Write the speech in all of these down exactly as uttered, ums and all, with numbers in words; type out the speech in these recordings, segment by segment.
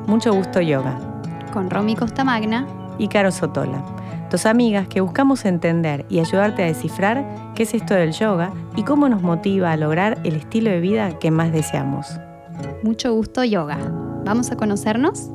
Mucho Gusto Yoga, con Romy Costamagna y Caro Sotola, dos amigas que buscamos entender y ayudarte a descifrar qué es esto del yoga y cómo nos motiva a lograr el estilo de vida que más deseamos. Mucho Gusto Yoga. ¿Vamos a conocernos?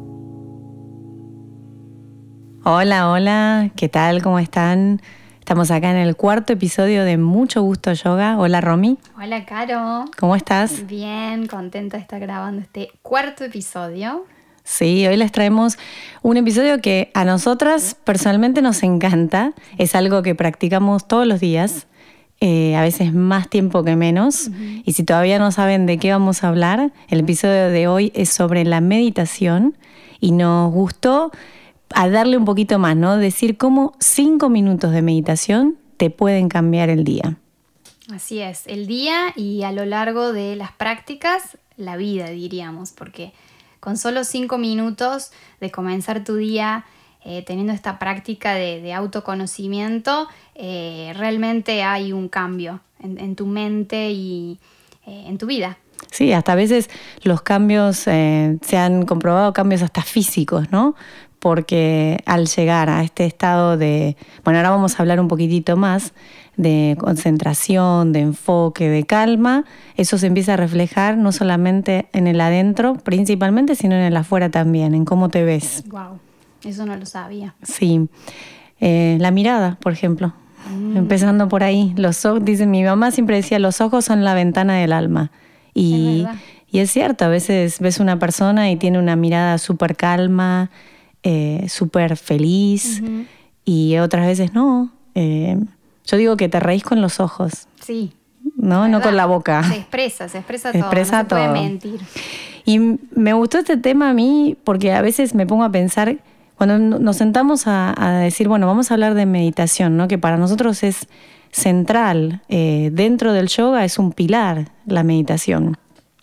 Hola, hola, ¿qué tal? ¿Cómo están? Estamos acá en el cuarto episodio de Mucho Gusto Yoga. Hola, Romy. Hola, Caro. ¿Cómo estás? Bien, contenta de estar grabando este cuarto episodio. Sí, hoy les traemos un episodio que a nosotras personalmente nos encanta. Es algo que practicamos todos los días, eh, a veces más tiempo que menos. Uh-huh. Y si todavía no saben de qué vamos a hablar, el episodio de hoy es sobre la meditación y nos gustó a darle un poquito más, ¿no? Decir cómo cinco minutos de meditación te pueden cambiar el día. Así es, el día y a lo largo de las prácticas, la vida, diríamos, porque con solo cinco minutos de comenzar tu día eh, teniendo esta práctica de, de autoconocimiento, eh, realmente hay un cambio en, en tu mente y eh, en tu vida. Sí, hasta a veces los cambios, eh, se han comprobado cambios hasta físicos, ¿no? Porque al llegar a este estado de, bueno, ahora vamos a hablar un poquitito más de concentración, de enfoque, de calma, eso se empieza a reflejar no solamente en el adentro principalmente, sino en el afuera también, en cómo te ves. Wow, eso no lo sabía. Sí, eh, la mirada, por ejemplo, mm. empezando por ahí, los ojos, dice mi mamá siempre decía, los ojos son la ventana del alma. Y es, y es cierto, a veces ves una persona y tiene una mirada súper calma, eh, súper feliz, uh-huh. y otras veces no. Eh, yo digo que te reís con los ojos. Sí. No, no con la boca. Se expresa, se expresa todo, expresa no se todo. puede mentir. Y me gustó este tema a mí porque a veces me pongo a pensar, cuando nos sentamos a, a decir, bueno, vamos a hablar de meditación, ¿no? Que para nosotros es central, eh, dentro del yoga es un pilar la meditación.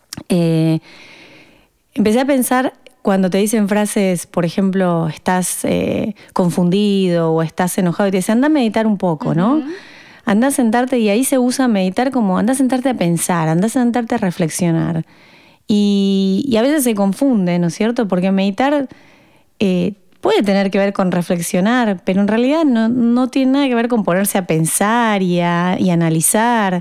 Eh, empecé a pensar cuando te dicen frases, por ejemplo, estás eh, confundido o estás enojado y te dicen, anda a meditar un poco, ¿no? Uh-huh. Anda a sentarte, y ahí se usa meditar como anda a sentarte a pensar, anda a sentarte a reflexionar. Y, y a veces se confunde, ¿no es cierto? Porque meditar eh, puede tener que ver con reflexionar, pero en realidad no, no tiene nada que ver con ponerse a pensar y a y analizar.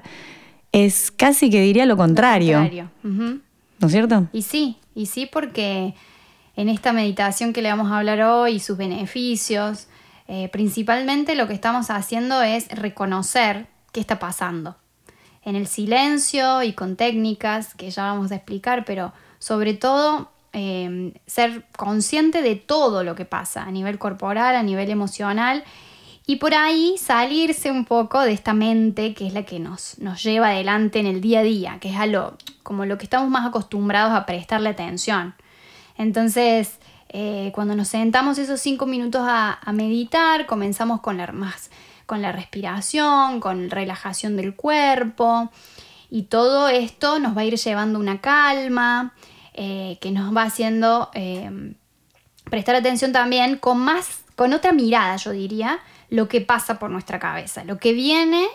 Es casi que diría lo contrario. Lo contrario. Uh-huh. ¿No es cierto? Y sí, y sí, porque en esta meditación que le vamos a hablar hoy y sus beneficios, eh, principalmente lo que estamos haciendo es reconocer qué está pasando. En el silencio y con técnicas que ya vamos a explicar, pero sobre todo eh, ser consciente de todo lo que pasa a nivel corporal, a nivel emocional, y por ahí salirse un poco de esta mente que es la que nos, nos lleva adelante en el día a día, que es a lo, como lo que estamos más acostumbrados a prestarle atención. Entonces, eh, cuando nos sentamos esos cinco minutos a, a meditar, comenzamos con la, más, con la respiración, con relajación del cuerpo, y todo esto nos va a ir llevando una calma, eh, que nos va haciendo eh, prestar atención también con más, con otra mirada, yo diría, lo que pasa por nuestra cabeza, lo que viene,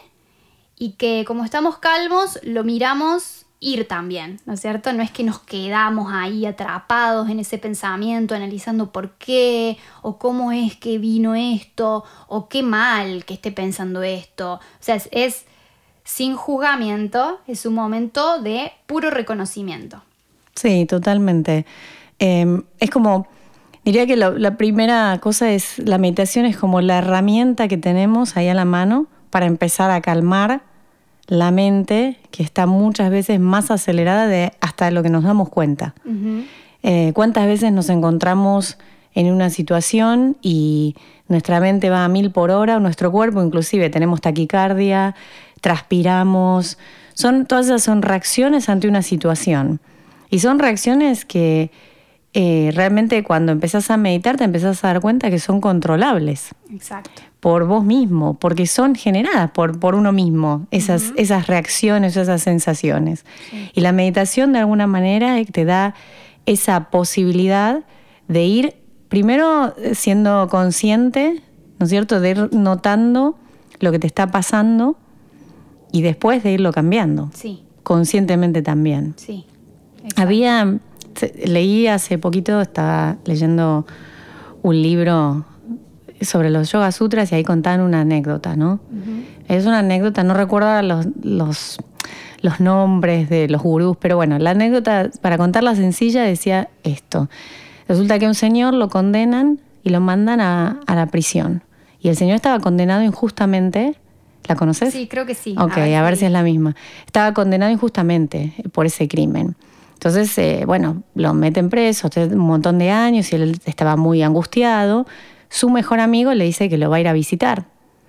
y que como estamos calmos lo miramos ir también, ¿no es cierto? No es que nos quedamos ahí atrapados en ese pensamiento analizando por qué o cómo es que vino esto o qué mal que esté pensando esto. O sea, es, es sin juzgamiento, es un momento de puro reconocimiento. Sí, totalmente. Eh, es como... Diría que lo, la primera cosa es, la meditación es como la herramienta que tenemos ahí a la mano para empezar a calmar la mente, que está muchas veces más acelerada de hasta lo que nos damos cuenta. Uh-huh. Eh, ¿Cuántas veces nos encontramos en una situación y nuestra mente va a mil por hora, o nuestro cuerpo inclusive, tenemos taquicardia, transpiramos? Son, todas esas son reacciones ante una situación. Y son reacciones que... Eh, realmente cuando empezás a meditar te empezás a dar cuenta que son controlables. Exacto. Por vos mismo, porque son generadas por, por uno mismo, esas, uh-huh. esas reacciones, esas sensaciones. Sí. Y la meditación de alguna manera te da esa posibilidad de ir primero siendo consciente, ¿no es cierto?, de ir notando lo que te está pasando y después de irlo cambiando. Sí. Conscientemente también. Sí. Exacto. Había... leí hace poquito, estaba leyendo un libro sobre los Yoga Sutras y ahí contaban una anécdota, ¿no? Uh-huh. Es una anécdota, no recuerdo los, los, los nombres de los gurús, pero bueno, la anécdota, para contarla sencilla, decía esto. Resulta que a un señor lo condenan y lo mandan a, a la prisión. Y el señor estaba condenado injustamente. ¿La conoces? Sí, creo que sí. Ok, a ver, a ver si... si es la misma. Estaba condenado injustamente por ese crimen. Entonces, eh, bueno, lo meten preso un montón de años y él estaba muy angustiado. Su mejor amigo le dice que lo va a ir a visitar.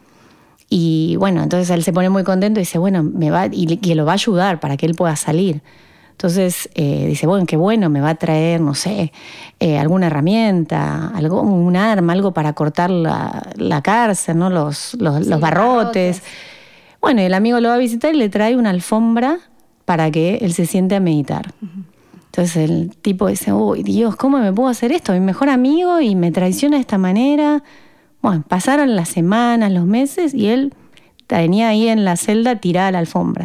Y bueno, entonces él se pone muy contento y dice, bueno, me va y que lo va a ayudar para que él pueda salir. Entonces eh, dice, bueno, qué bueno, me va a traer, no sé, eh, alguna herramienta, algo, un arma, algo para cortar la, la cárcel, ¿no? Los, los, sí, los barrotes. barrotes. Bueno, y el amigo lo va a visitar y le trae una alfombra para que él se siente a meditar. Uh-huh. Entonces el tipo dice, uy, Dios, ¿cómo me puedo hacer esto? Mi mejor amigo y me traiciona de esta manera. Bueno, pasaron las semanas, los meses y él tenía ahí en la celda tirada la alfombra.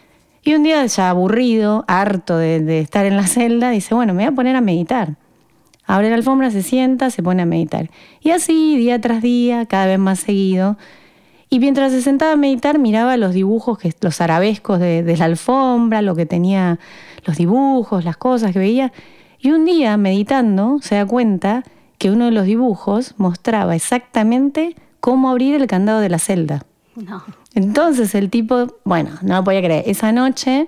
Y un día ya aburrido, harto de, de estar en la celda, dice, bueno, me voy a poner a meditar. Abre la alfombra, se sienta, se pone a meditar. Y así, día tras día, cada vez más seguido. Y mientras se sentaba a meditar, miraba los dibujos, que, los arabescos de, de la alfombra, lo que tenía, los dibujos, las cosas que veía. Y un día, meditando, se da cuenta que uno de los dibujos mostraba exactamente cómo abrir el candado de la celda. No. Entonces el tipo, bueno, no lo podía creer. Esa noche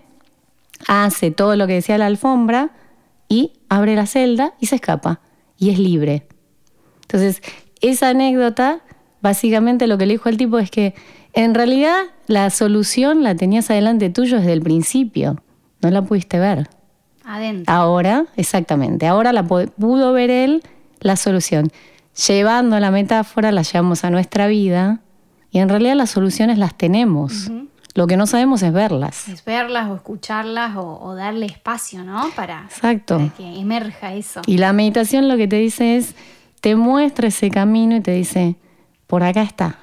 hace todo lo que decía la alfombra y abre la celda y se escapa. Y es libre. Entonces, esa anécdota, básicamente lo que le dijo al tipo es que en realidad la solución la tenías adelante tuyo desde el principio. No la pudiste ver. Adentro. Ahora, exactamente. Ahora la pudo ver él, la solución. Llevando la metáfora, la llevamos a nuestra vida. Y en realidad las soluciones las tenemos. Uh-huh. Lo que no sabemos es verlas. Es verlas o escucharlas o, o darle espacio, ¿no? Para, Exacto. para que emerja eso. Y la meditación lo que te dice es, te muestra ese camino y te dice, por acá está.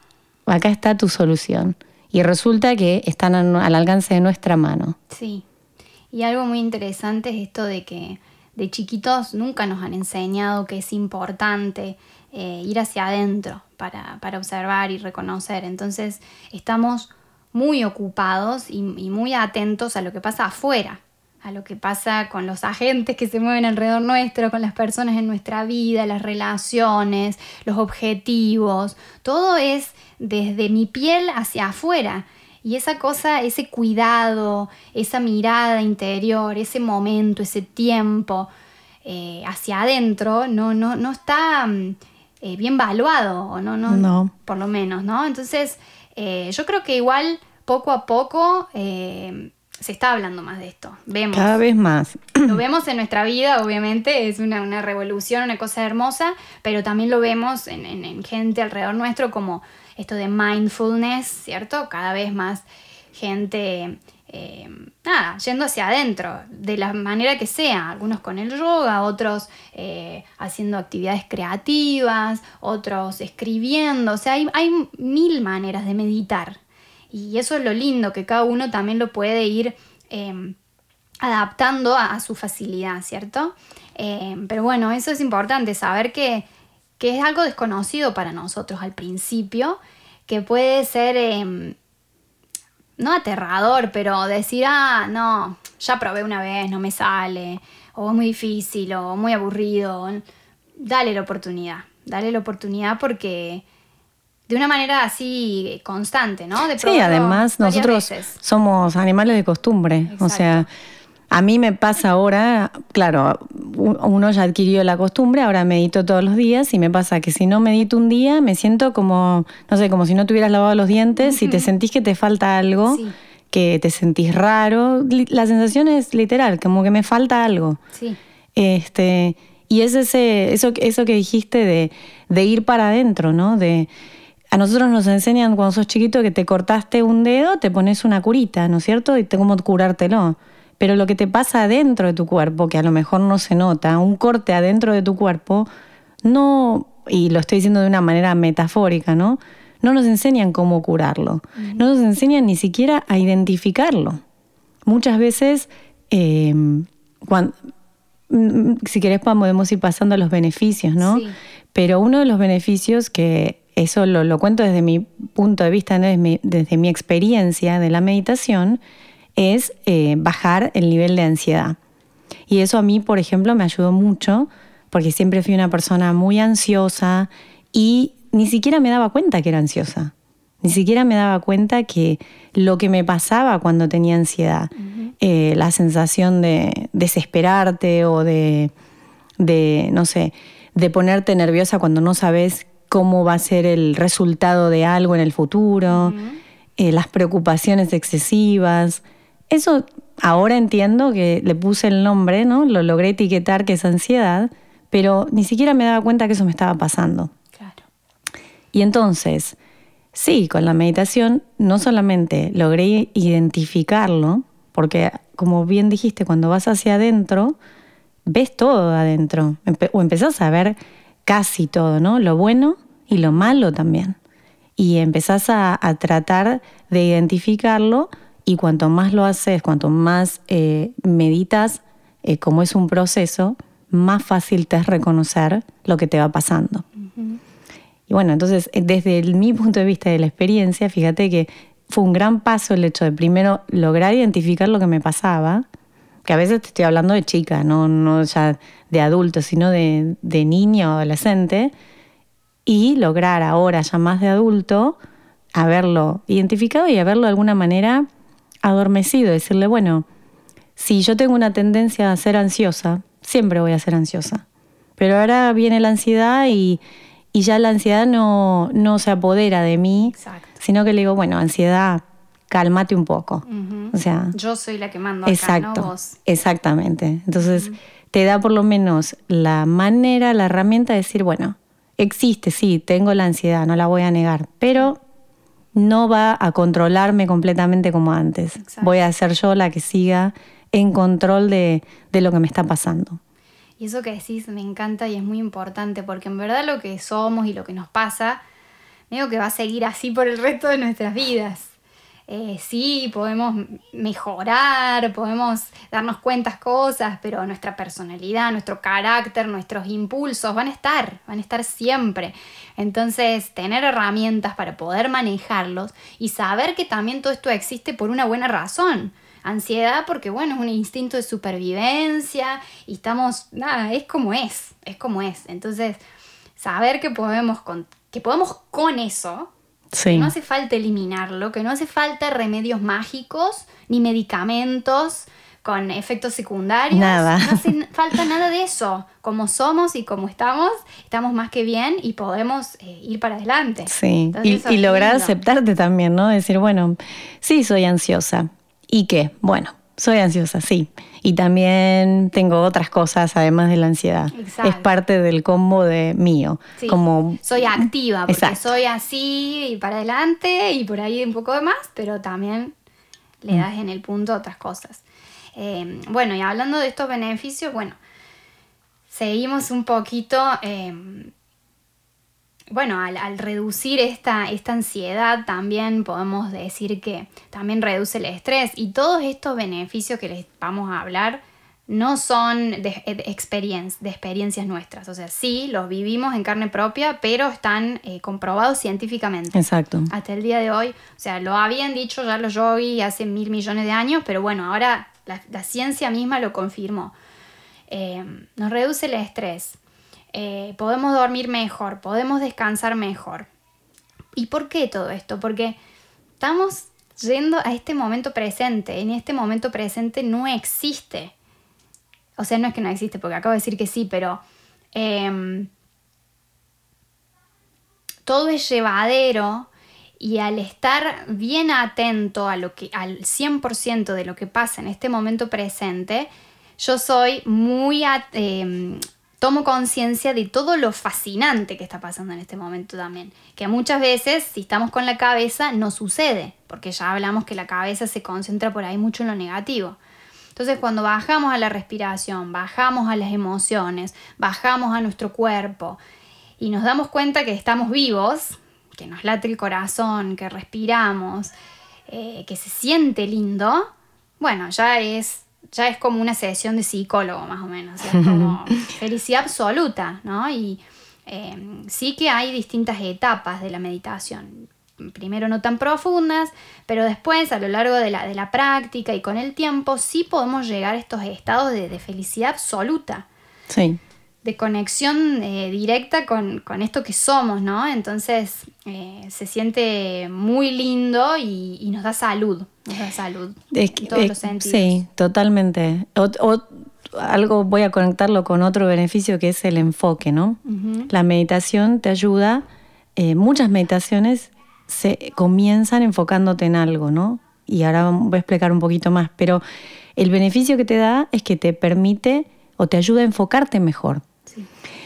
Acá está tu solución. Y resulta que están al alcance de nuestra mano. Sí. Y algo muy interesante es esto de que de chiquitos nunca nos han enseñado que es importante eh, ir hacia adentro para, para observar y reconocer. Entonces estamos muy ocupados y, y muy atentos a lo que pasa afuera, a lo que pasa con los agentes que se mueven alrededor nuestro, con las personas en nuestra vida, las relaciones, los objetivos. Todo es desde mi piel hacia afuera. Y esa cosa, ese cuidado, esa mirada interior, ese momento, ese tiempo eh, hacia adentro no, no, no está eh, bien valuado, o no, no, no, por lo menos, ¿no? Entonces, eh, yo creo que igual poco a poco eh, se está hablando más de esto. Vemos, cada vez más. Lo vemos en nuestra vida, obviamente, es una, una revolución, una cosa hermosa, pero también lo vemos en, en, en gente alrededor nuestro como esto de mindfulness, ¿cierto? Cada vez más gente, eh, nada, yendo hacia adentro, de la manera que sea. Algunos con el yoga, otros eh, haciendo actividades creativas, otros escribiendo. O sea, hay, hay mil maneras de meditar. Y eso es lo lindo, que cada uno también lo puede ir eh, adaptando a, a su facilidad, ¿cierto? Eh, pero bueno, eso es importante, saber que que es algo desconocido para nosotros al principio, que puede ser, eh, no aterrador, pero decir, ah, no, ya probé una vez, no me sale, o es muy difícil, o muy aburrido. Dale la oportunidad, dale la oportunidad porque de una manera así constante, ¿no? De sí, además nosotros veces. somos animales de costumbre, exacto. O sea... A mí me pasa ahora, claro, uno ya adquirió la costumbre, ahora medito todos los días y me pasa que si no medito un día me siento como, no sé, como si no tuvieras lavado los dientes, uh-huh. Y te sentís que te falta algo, sí. Que te sentís raro. La sensación es literal, como que me falta algo. Sí. Este, y es ese, eso, eso que dijiste de, de ir para adentro, ¿no? De, a nosotros nos enseñan cuando sos chiquito que te cortaste un dedo, te pones una curita, ¿no es cierto? Y te, cómo curártelo. Pero lo que te pasa adentro de tu cuerpo, que a lo mejor no se nota, un corte adentro de tu cuerpo, no, y lo estoy diciendo de una manera metafórica, ¿no? No nos enseñan cómo curarlo. Uh-huh. No nos enseñan ni siquiera a identificarlo. Muchas veces, eh, cuando, si querés podemos ir pasando a los beneficios, ¿no? Sí. Pero uno de los beneficios, que eso lo, lo cuento desde mi punto de vista, ¿no? desde, mi, desde mi experiencia de la meditación, es eh, bajar el nivel de ansiedad. Y eso a mí, por ejemplo, me ayudó mucho, porque siempre fui una persona muy ansiosa y ni siquiera me daba cuenta que era ansiosa. Ni siquiera me daba cuenta que lo que me pasaba cuando tenía ansiedad, uh-huh. eh, la sensación de desesperarte o de, de, no sé, de ponerte nerviosa cuando no sabes cómo va a ser el resultado de algo en el futuro, uh-huh. eh, las preocupaciones excesivas. Eso ahora entiendo que le puse el nombre, ¿no? Lo logré etiquetar que es ansiedad, pero ni siquiera me daba cuenta que eso me estaba pasando. Claro. Y entonces, sí, con la meditación no solamente logré identificarlo, porque como bien dijiste, cuando vas hacia adentro, ves todo adentro, o empezás a ver casi todo, ¿no? Lo bueno y lo malo también. Y empezás a, a tratar de identificarlo, y cuanto más lo haces, cuanto más eh, meditas, eh, como es un proceso, más fácil te es reconocer lo que te va pasando. Uh-huh. Y bueno, entonces, desde el, mi punto de vista de la experiencia, fíjate que fue un gran paso el hecho de primero lograr identificar lo que me pasaba, que a veces te estoy hablando de chica, no, no ya de adulto, sino de, de niño o adolescente, y lograr ahora ya más de adulto haberlo identificado y haberlo de alguna manera adormecido, decirle, bueno, si yo tengo una tendencia a ser ansiosa, siempre voy a ser ansiosa, pero ahora viene la ansiedad y, y ya la ansiedad no, no se apodera de mí. Exacto. Sino que le digo, bueno, ansiedad, cálmate un poco. Uh-huh. O sea, yo soy la que mando acá, exacto, no vos. Exactamente. Entonces, uh-huh. te da por lo menos la manera, la herramienta de decir, bueno, existe, sí, tengo la ansiedad, no la voy a negar, pero no va a controlarme completamente como antes. Exacto. Voy a ser yo la que siga en control de, de lo que me está pasando. Y eso que decís me encanta y es muy importante, porque en verdad lo que somos y lo que nos pasa, digo que va a seguir así por el resto de nuestras vidas. Eh, sí, podemos mejorar, podemos darnos cuentas cosas, pero nuestra personalidad, nuestro carácter, nuestros impulsos van a estar, van a estar siempre. Entonces, tener herramientas para poder manejarlos y saber que también todo esto existe por una buena razón. Ansiedad porque, bueno, es un instinto de supervivencia y estamos, nada, es como es, es como es. Entonces, saber que podemos con, que podemos con eso. Sí. Que no hace falta eliminarlo, que no hace falta remedios mágicos ni medicamentos con efectos secundarios. Nada. No hace falta nada de eso. Como somos y como estamos, estamos más que bien y podemos eh, ir para adelante. Sí, y, y lograr aceptarte también, ¿no? Decir, bueno, sí, soy ansiosa. ¿Y qué? Bueno, soy ansiosa, sí. Y también tengo otras cosas además de la ansiedad. Exacto. Es parte del combo de mío. Sí. Como... soy activa porque Exacto. soy así y para adelante y por ahí un poco de más, pero también le das en el punto otras cosas. Eh, bueno, y hablando de estos beneficios, bueno, seguimos un poquito... Eh, Bueno, al, al reducir esta, esta ansiedad también podemos decir que también reduce el estrés, y todos estos beneficios que les vamos a hablar no son de, de, experience, de experiencias nuestras. O sea, sí, los vivimos en carne propia, pero están eh, comprobados científicamente. Exacto. Hasta el día de hoy. O sea, lo habían dicho ya los yogis hace mil millones de años, pero bueno, ahora la, la ciencia misma lo confirmó. Eh, nos reduce el estrés. Eh, podemos dormir mejor, podemos descansar mejor. ¿Y por qué todo esto? Porque estamos yendo a este momento presente. En este momento presente no existe. O sea, no es que no existe, porque acabo de decir que sí, pero eh, todo es llevadero, y al estar bien atento a lo que, al cien por ciento de lo que pasa en este momento presente, yo soy muy... At, eh, tomo conciencia de todo lo fascinante que está pasando en este momento también. Que muchas veces, si estamos con la cabeza, no sucede. Porque ya hablamos que la cabeza se concentra por ahí mucho en lo negativo. Entonces, cuando bajamos a la respiración, bajamos a las emociones, bajamos a nuestro cuerpo y nos damos cuenta que estamos vivos, que nos late el corazón, que respiramos, eh, que se siente lindo, bueno, ya es ya es como una sesión de psicólogo más o menos, es como felicidad absoluta, ¿no? Y eh, sí que hay distintas etapas de la meditación. Primero no tan profundas, pero después a lo largo de la, de la práctica y con el tiempo sí podemos llegar a estos estados de, de felicidad absoluta. Sí. De conexión eh, directa con, con esto que somos, ¿no? Entonces eh, se siente muy lindo y, y nos da salud, nos da salud es que, en todos es, los sentidos. Sí, totalmente. O, o, algo voy a conectarlo con otro beneficio que es el enfoque, ¿no? Uh-huh. La meditación te ayuda, eh, muchas meditaciones se comienzan enfocándote en algo, ¿no? Y ahora voy a explicar un poquito más, pero el beneficio que te da es que te permite o te ayuda a enfocarte mejor. Sí.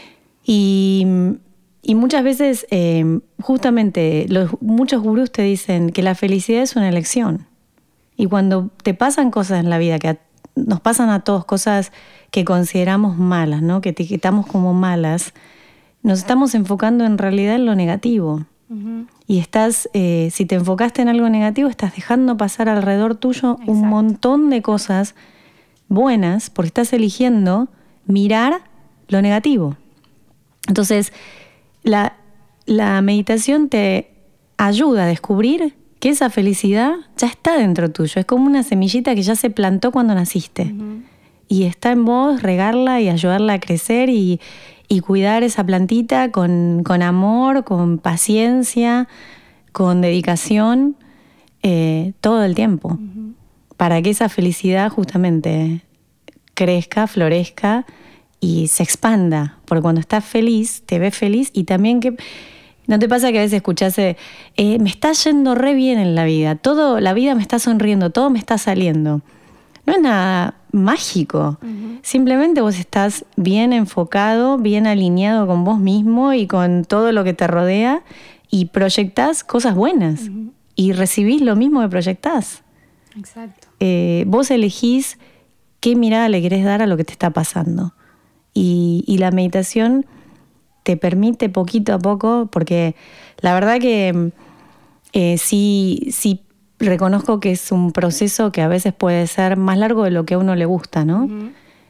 Y, y muchas veces, eh, justamente, los, muchos gurús te dicen que la felicidad es una elección. Y cuando te pasan cosas en la vida, que a, nos pasan a todos cosas que consideramos malas, ¿no? Que etiquetamos como malas, nos estamos enfocando en realidad en lo negativo. Uh-huh. Y estás, eh, si te enfocaste en algo negativo, estás dejando pasar alrededor tuyo Exacto. un montón de cosas buenas, porque estás eligiendo mirar lo negativo. Entonces, la, la meditación te ayuda a descubrir que esa felicidad ya está dentro tuyo. Es como una semillita que ya se plantó cuando naciste. Uh-huh. Y está en vos regarla y ayudarla a crecer y, y cuidar esa plantita con, con amor, con paciencia, con dedicación, eh, todo el tiempo. Uh-huh. Para que esa felicidad justamente crezca, florezca y se expanda, porque cuando estás feliz, te ves feliz y también que... ¿No te pasa que a veces escuchás, eh, me está yendo re bien en la vida, todo, la vida me está sonriendo, todo me está saliendo? No es nada mágico, uh-huh. Simplemente vos estás bien enfocado, bien alineado con vos mismo y con todo lo que te rodea y proyectás cosas buenas uh-huh. y recibís lo mismo que proyectás. Exacto. Eh, vos elegís qué mirada le querés dar a lo que te está pasando. Y, y la meditación te permite poquito a poco, porque la verdad que eh, sí, sí reconozco que es un proceso que a veces puede ser más largo de lo que a uno le gusta, ¿no? Uh-huh.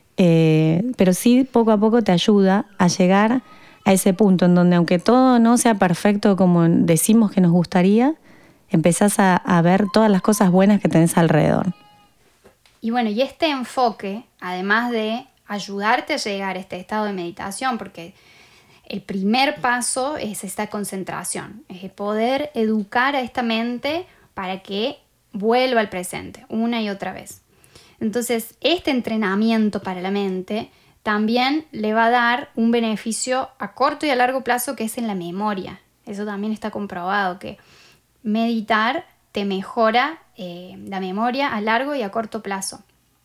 Eh, pero sí poco a poco te ayuda a llegar a ese punto en donde, aunque todo no sea perfecto como decimos que nos gustaría, empezás a, a ver todas las cosas buenas que tenés alrededor. Y bueno, y este enfoque, además de ayudarte a llegar a este estado de meditación, porque el primer paso es esta concentración, es poder educar a esta mente para que vuelva al presente una y otra vez. Entonces, este entrenamiento para la mente también le va a dar un beneficio a corto y a largo plazo, que es en la memoria. Eso también está comprobado, que meditar te mejora eh, la memoria a largo y a corto plazo.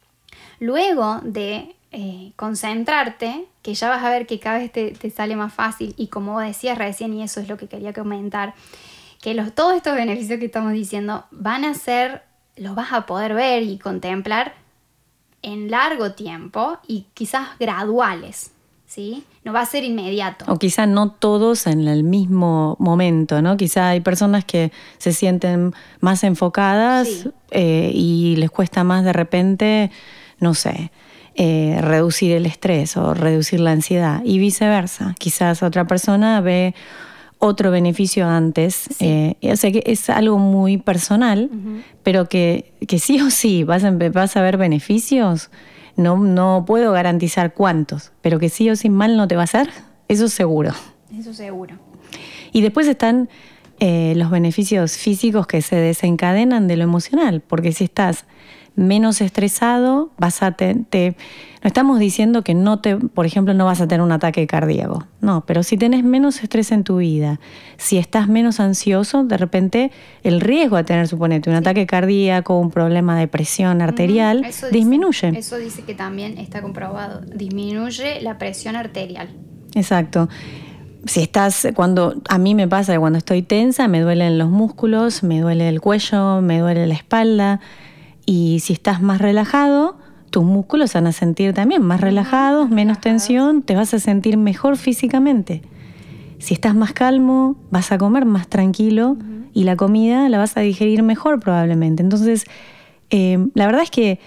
Luego de eh, concentrarte, que ya vas a ver que cada vez te, te sale más fácil, y como decías recién, y eso es lo que quería comentar, que los, todos estos beneficios que estamos diciendo van a ser, los vas a poder ver y contemplar en largo tiempo y quizás graduales, ¿sí? No va a ser inmediato. O quizá no todos en el mismo momento, ¿no? Quizá hay personas que se sienten más enfocadas sí. eh, y les cuesta más de repente, no sé, eh, reducir el estrés o reducir la ansiedad y viceversa. Quizás otra persona ve otro beneficio antes. Sí. Eh, o sea que es algo muy personal, uh-huh. pero que, que sí o sí vas a, vas a ver beneficios. No, no puedo garantizar cuántos, pero que sí o sí mal no te va a hacer, eso seguro. Eso seguro. Y después están eh, los beneficios físicos que se desencadenan de lo emocional, porque si estás menos estresado, vas a te, te, no estamos diciendo que no te, por ejemplo, no vas a tener un ataque cardíaco, no, pero si tenés menos estrés en tu vida, si estás menos ansioso, de repente el riesgo de tener, suponete, un sí. ataque cardíaco, un problema de presión arterial, eso disminuye. Dice, eso dice que también está comprobado, disminuye la presión arterial. Exacto. Si estás, cuando a mí me pasa que cuando estoy tensa, me duelen los músculos, me duele el cuello, me duele la espalda. Y si estás más relajado, tus músculos van a sentir también más relajados, uh-huh, menos relajados. Tensión, te vas a sentir mejor físicamente. Si estás más calmo, vas a comer más tranquilo uh-huh. y la comida la vas a digerir mejor probablemente. Entonces, eh, la verdad es que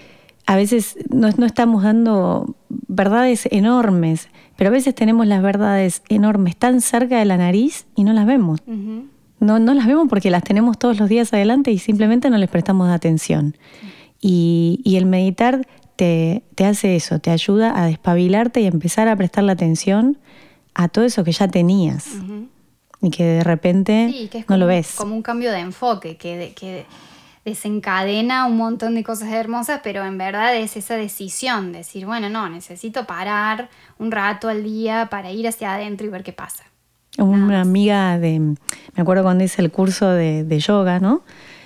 a veces no, no estamos dando verdades enormes, pero a veces tenemos las verdades enormes tan cerca de la nariz y no las vemos. Uh-huh. No, no las vemos porque las tenemos todos los días adelante y simplemente no les prestamos atención. Sí. Y, y el meditar te, te hace eso, te ayuda a despabilarte y empezar a prestarle atención a todo eso que ya tenías. Uh-huh. Y que de repente sí, que es no como, lo ves. Como un cambio de enfoque, que, que desencadena un montón de cosas hermosas, pero en verdad es esa decisión de decir, bueno, no, necesito parar un rato al día para ir hacia adentro y ver qué pasa. Una amiga de, me acuerdo cuando hice el curso de, de yoga, ¿no?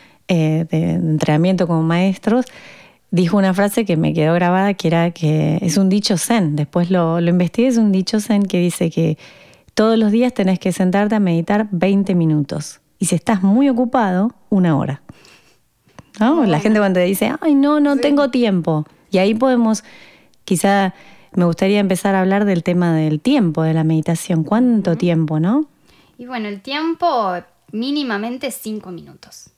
Eh, de entrenamiento como maestros, dijo una frase que me quedó grabada, que era que es un dicho zen. Después lo, lo investigué, es un dicho zen que dice que todos los días tenés que sentarte a meditar veinte minutos. Y si estás muy ocupado, una hora. ¿No? Bueno. La gente cuando te dice, ay, no, no sí. tengo tiempo. Y ahí podemos, quizá... Me gustaría empezar a hablar del tema del tiempo, de la meditación. ¿Cuánto uh-huh. tiempo, no? Y bueno, el tiempo mínimamente cinco minutos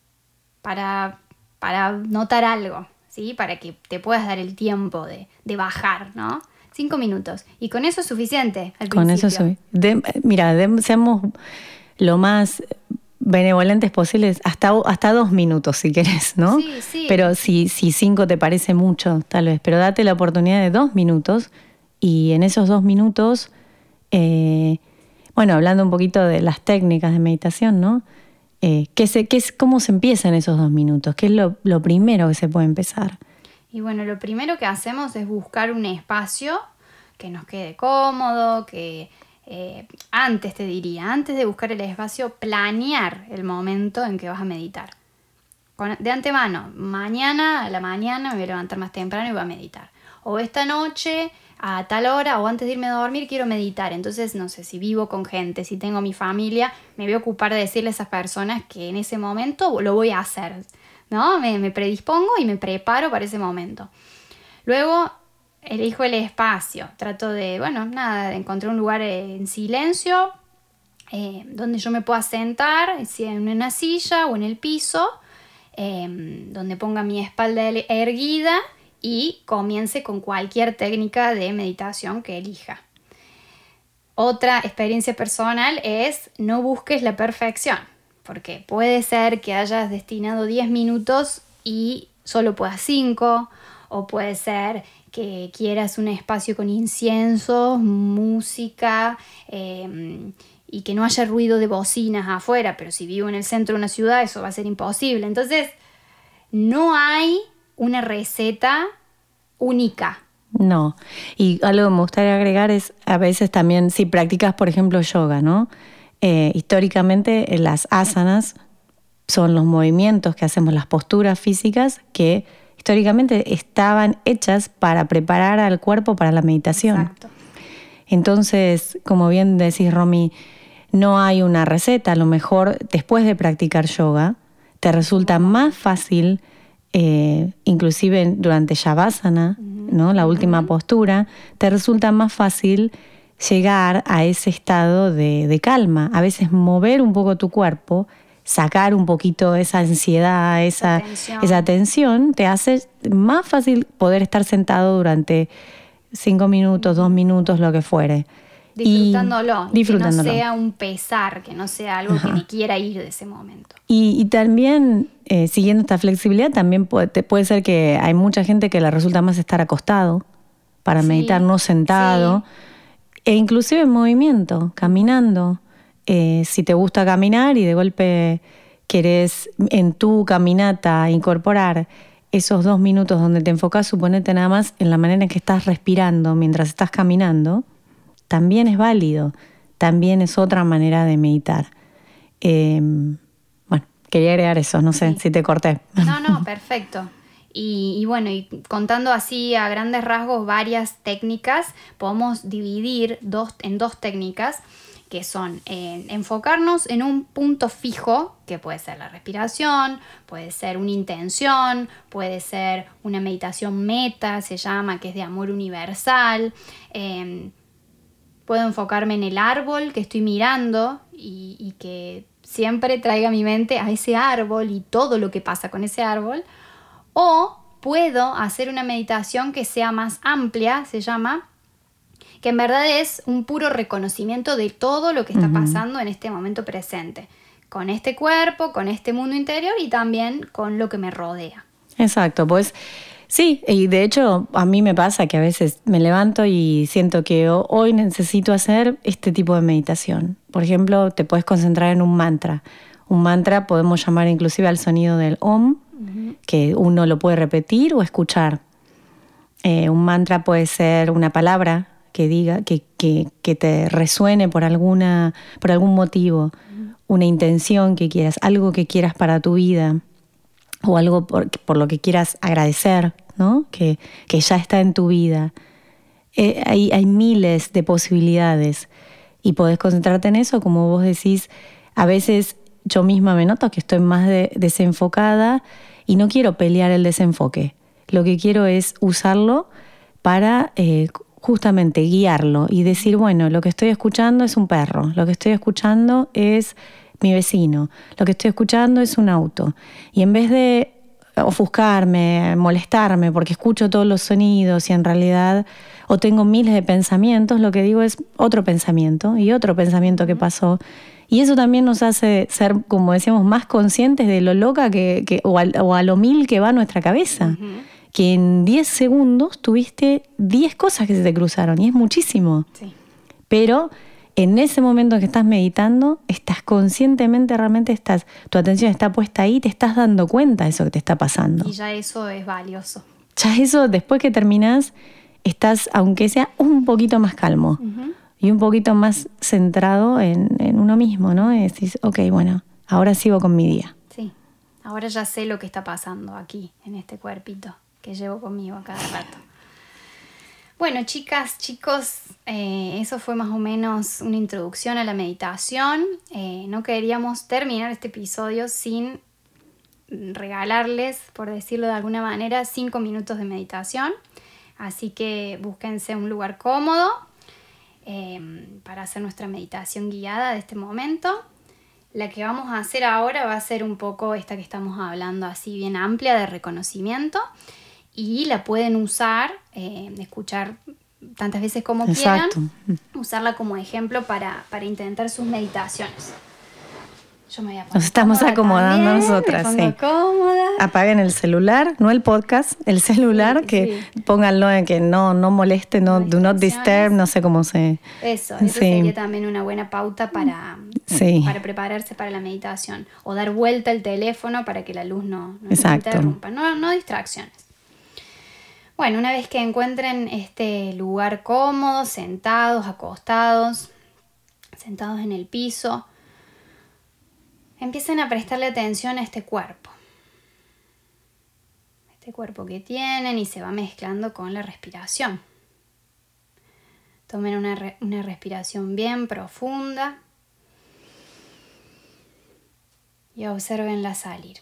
para, para notar algo, ¿sí? Para que te puedas dar el tiempo de, de bajar, ¿no? Cinco minutos. Y con eso es suficiente al con principio. Eso es suficiente. Mira, de, seamos lo más benevolentes posibles, hasta, hasta dos minutos si querés, ¿no? Sí, sí. Pero si, si cinco te parece mucho, tal vez, pero date la oportunidad de dos minutos y en esos dos minutos, eh, bueno, hablando un poquito de las técnicas de meditación, ¿no? Eh, ¿qué se, qué es, ¿Cómo se empieza en esos dos minutos? ¿Qué es lo, lo primero que se puede empezar? Y bueno, lo primero que hacemos es buscar un espacio que nos quede cómodo, que... Eh, antes te diría, antes de buscar el espacio, planear el momento en que vas a meditar. Con, de antemano, mañana a la mañana me voy a levantar más temprano y voy a meditar. O esta noche a tal hora o antes de irme a dormir quiero meditar. Entonces, no sé, si vivo con gente, si tengo mi familia, me voy a ocupar de decirle a esas personas que en ese momento lo voy a hacer, ¿no? Me, me predispongo y me preparo para ese momento. Luego... elijo el espacio, trato de, bueno, nada, de encontrar un lugar en silencio eh, donde yo me pueda sentar, si en una silla o en el piso, eh, donde ponga mi espalda erguida y comience con cualquier técnica de meditación que elija. Otra experiencia personal es no busques la perfección, porque puede ser que hayas destinado diez minutos y solo puedas cinco, o puede ser que quieras un espacio con incienso, música eh, y que no haya ruido de bocinas afuera, pero si vivo en el centro de una ciudad eso va a ser imposible. Entonces, no hay una receta única. No, y algo que me gustaría agregar es, a veces también, si practicas, por ejemplo, yoga, ¿no? Eh, históricamente las asanas son los movimientos que hacemos, las posturas físicas que históricamente estaban hechas para preparar al cuerpo para la meditación. Exacto. Entonces, como bien decís, Romy, no hay una receta. A lo mejor después de practicar yoga te resulta más fácil, eh, inclusive durante Shavasana, uh-huh. ¿no? La última uh-huh. postura, te resulta más fácil llegar a ese estado de, de calma. A veces mover un poco tu cuerpo, sacar un poquito esa ansiedad, esa, esa, tensión. esa tensión, te hace más fácil poder estar sentado durante cinco minutos, dos minutos, lo que fuere. Disfrutándolo, y, disfrutándolo. Que no sea un pesar, que no sea algo Ajá. que me quiera ir de ese momento. Y, y también, eh, siguiendo esta flexibilidad, también puede, puede ser que hay mucha gente que le resulta más estar acostado para sí, meditar, no sentado, sí. e inclusive en movimiento, caminando. Eh, si te gusta caminar y de golpe querés en tu caminata incorporar esos dos minutos donde te enfocás, suponete nada más en la manera en que estás respirando mientras estás caminando, también es válido, también es otra manera de meditar. Eh, bueno, quería agregar eso, no sé sí. si te corté. No, no, perfecto. Y, y bueno, y contando así a grandes rasgos varias técnicas, podemos dividir dos, en dos técnicas, que son eh, enfocarnos en un punto fijo, que puede ser la respiración, puede ser una intención, puede ser una meditación meta, se llama, que es de amor universal. Eh, puedo enfocarme en el árbol que estoy mirando y, y que siempre traiga a mi mente a ese árbol y todo lo que pasa con ese árbol. O puedo hacer una meditación que sea más amplia, se llama, que en verdad es un puro reconocimiento de todo lo que está uh-huh. pasando en este momento presente, con este cuerpo, con este mundo interior y también con lo que me rodea. Exacto, pues sí, y de hecho a mí me pasa que a veces me levanto y siento que hoy necesito hacer este tipo de meditación. Por ejemplo, te puedes concentrar en un mantra. Un mantra podemos llamar inclusive al sonido del Om, uh-huh. que uno lo puede repetir o escuchar. Eh, un mantra puede ser una palabra que diga, que, que, que te resuene por alguna, por algún motivo, uh-huh. una intención que quieras, algo que quieras para tu vida, o algo por, por lo que quieras agradecer, ¿no? Que, que ya está en tu vida. Eh, hay, hay miles de posibilidades y podés concentrarte en eso, como vos decís. A veces yo misma me noto que estoy más de, desenfocada y no quiero pelear el desenfoque. Lo que quiero es usarlo para eh, justamente guiarlo y decir, bueno, lo que estoy escuchando es un perro, lo que estoy escuchando es mi vecino, lo que estoy escuchando es un auto. Y en vez de ofuscarme, molestarme porque escucho todos los sonidos y en realidad o tengo miles de pensamientos, lo que digo es otro pensamiento y otro pensamiento que pasó. Y eso también nos hace ser, como decíamos, más conscientes de lo loca que, que o, a, o a lo mil que va nuestra cabeza. Uh-huh. Que en diez segundos tuviste diez cosas que se te cruzaron y es muchísimo. Sí. Pero en ese momento que estás meditando, estás conscientemente, realmente estás, tu atención está puesta ahí, te estás dando cuenta de eso que te está pasando. Y ya eso es valioso. Ya eso, después que terminás, estás, aunque sea un poquito más calmo uh-huh. y un poquito más centrado en, en uno mismo, ¿no? Y decís, ok, bueno, ahora sigo con mi día. Sí, ahora ya sé lo que está pasando aquí, en este cuerpito que llevo conmigo a cada rato. Bueno, chicas, chicos, eh, eso fue más o menos una introducción a la meditación. Eh, no queríamos terminar este episodio sin regalarles, por decirlo de alguna manera, cinco minutos de meditación. Así que búsquense un lugar cómodo eh, para hacer nuestra meditación guiada de este momento. La que vamos a hacer ahora va a ser un poco esta que estamos hablando, así bien amplia, de reconocimiento. Y la pueden usar, eh, escuchar tantas veces como Exacto. quieran, usarla como ejemplo para, para intentar sus meditaciones. Yo me voy a poner Nos estamos acomodando también, nosotras, me pongo sí. cómoda. Apaguen el celular, no el podcast, el celular, Sí, que sí. pónganlo en que no, no moleste, no, No do not disturb, no sé cómo se... Eso, eso sí. sería también una buena pauta para, sí. para prepararse para la meditación. O dar vuelta el teléfono para que la luz no, no Exacto. interrumpa. No, no distracciones. Bueno, una vez que encuentren este lugar cómodo, sentados, acostados, sentados en el piso, empiecen a prestarle atención a este cuerpo. Este cuerpo que tienen y se va mezclando con la respiración. Tomen una, re- una respiración bien profunda y obsérvenla salir.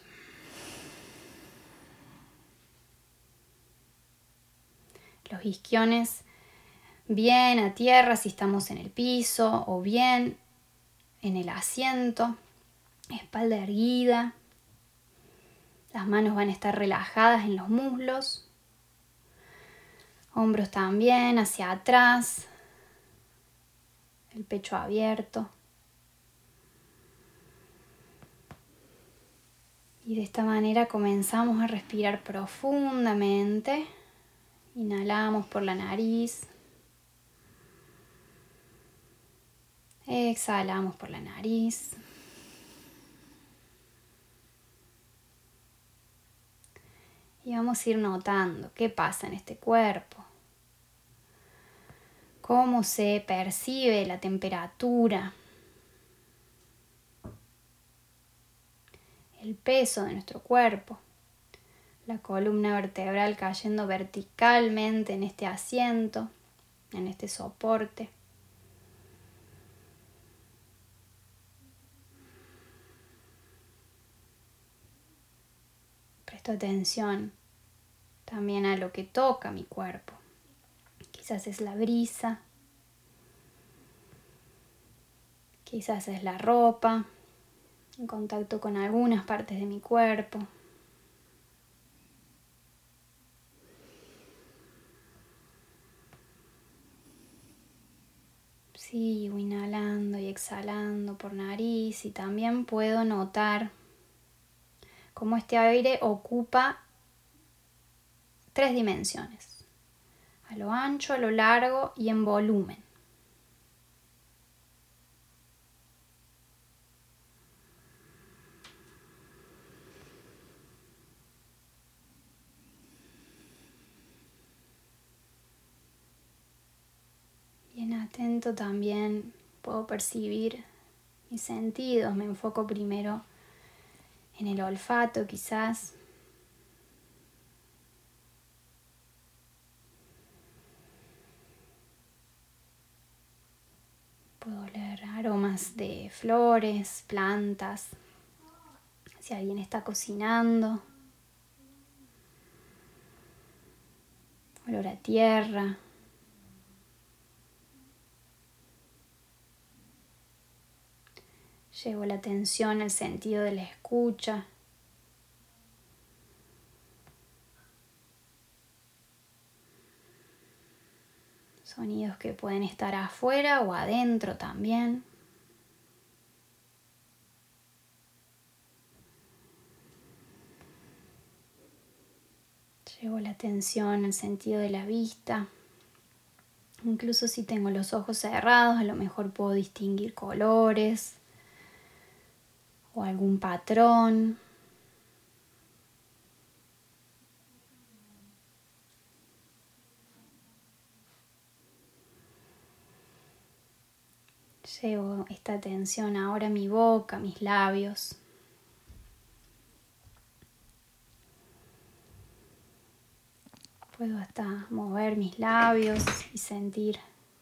Los isquiones bien a tierra si estamos en el piso o bien en el asiento, espalda erguida. Las manos van a estar relajadas en los muslos, hombros también hacia atrás, el pecho abierto. Y de esta manera comenzamos a respirar profundamente. Inhalamos por la nariz. Exhalamos por la nariz. Y vamos a ir notando qué pasa en este cuerpo. Cómo se percibe la temperatura. El peso de nuestro cuerpo. La columna vertebral cayendo verticalmente en este asiento, en este soporte. Presto atención también a lo que toca mi cuerpo. Quizás es la brisa, quizás es la ropa, en contacto con algunas partes de mi cuerpo. Sigo inhalando y exhalando por nariz y también puedo notar cómo este aire ocupa tres dimensiones: a lo ancho, a lo largo y en volumen. Bien atento también puedo percibir mis sentidos. Me enfoco primero en el olfato, quizás. Puedo oler aromas de flores, plantas, si alguien está cocinando. Olor a tierra. Llevo la atención al sentido de la escucha. Sonidos que pueden estar afuera o adentro también. Llevo la atención al sentido de la vista. Incluso si tengo los ojos cerrados, a lo mejor puedo distinguir colores o algún patrón. Llevo esta atención ahora a mi boca, a mis labios. Puedo hasta mover mis labios y sentir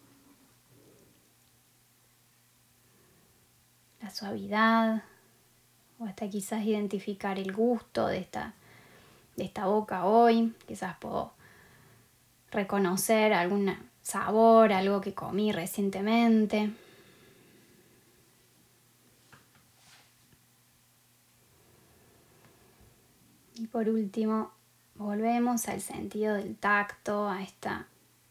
la suavidad, o hasta quizás identificar el gusto de esta, de esta boca hoy. Quizás puedo reconocer algún sabor, algo que comí recientemente. Y por último, volvemos al sentido del tacto, a esta,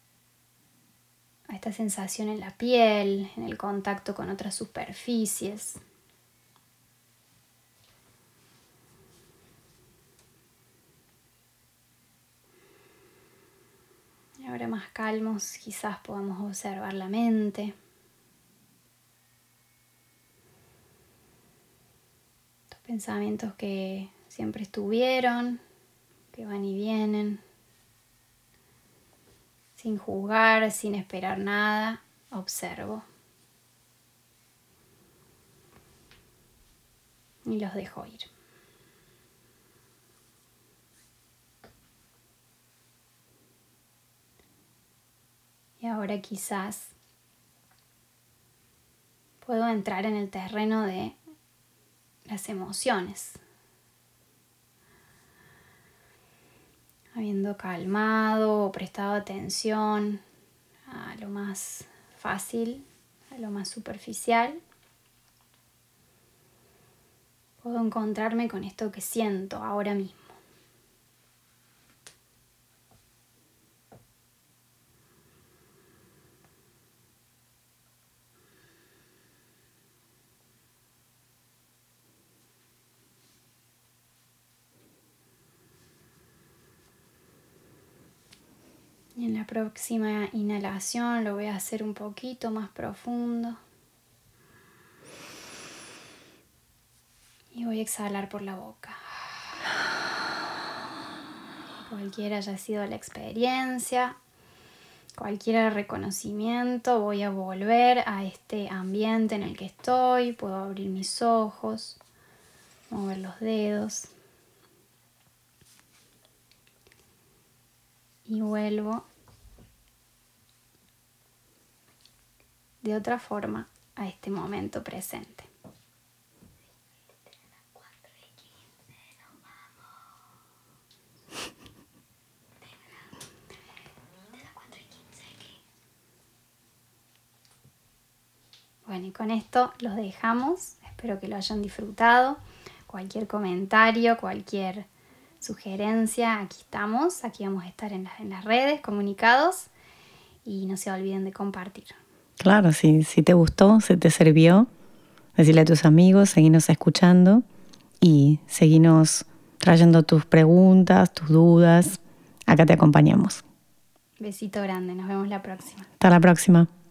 a esta sensación en la piel, en el contacto con otras superficies. Y ahora más calmos, quizás podamos observar la mente. Estos pensamientos que siempre estuvieron, que van y vienen, sin juzgar, sin esperar nada, observo. Y los dejo ir. Y ahora quizás puedo entrar en el terreno de las emociones. Habiendo calmado o prestado atención a lo más fácil, a lo más superficial, puedo encontrarme con esto que siento ahora mismo. Y en la próxima inhalación lo voy a hacer un poquito más profundo. Y voy a exhalar por la boca. Cualquiera haya sido la experiencia, cualquier reconocimiento, voy a volver a este ambiente en el que estoy. Puedo abrir mis ojos, mover los dedos. Y vuelvo de otra forma a este momento presente. Bueno, y con esto los dejamos. Espero que lo hayan disfrutado. Cualquier comentario, cualquier sugerencia, aquí estamos. Aquí vamos a estar en, la, en las redes, comunicados. Y no se olviden de compartir. Claro, si, si te gustó, si te sirvió, decirle a tus amigos, seguinos escuchando y seguinos trayendo tus preguntas, tus dudas. Acá te acompañamos. Besito grande, nos vemos la próxima. Hasta la próxima.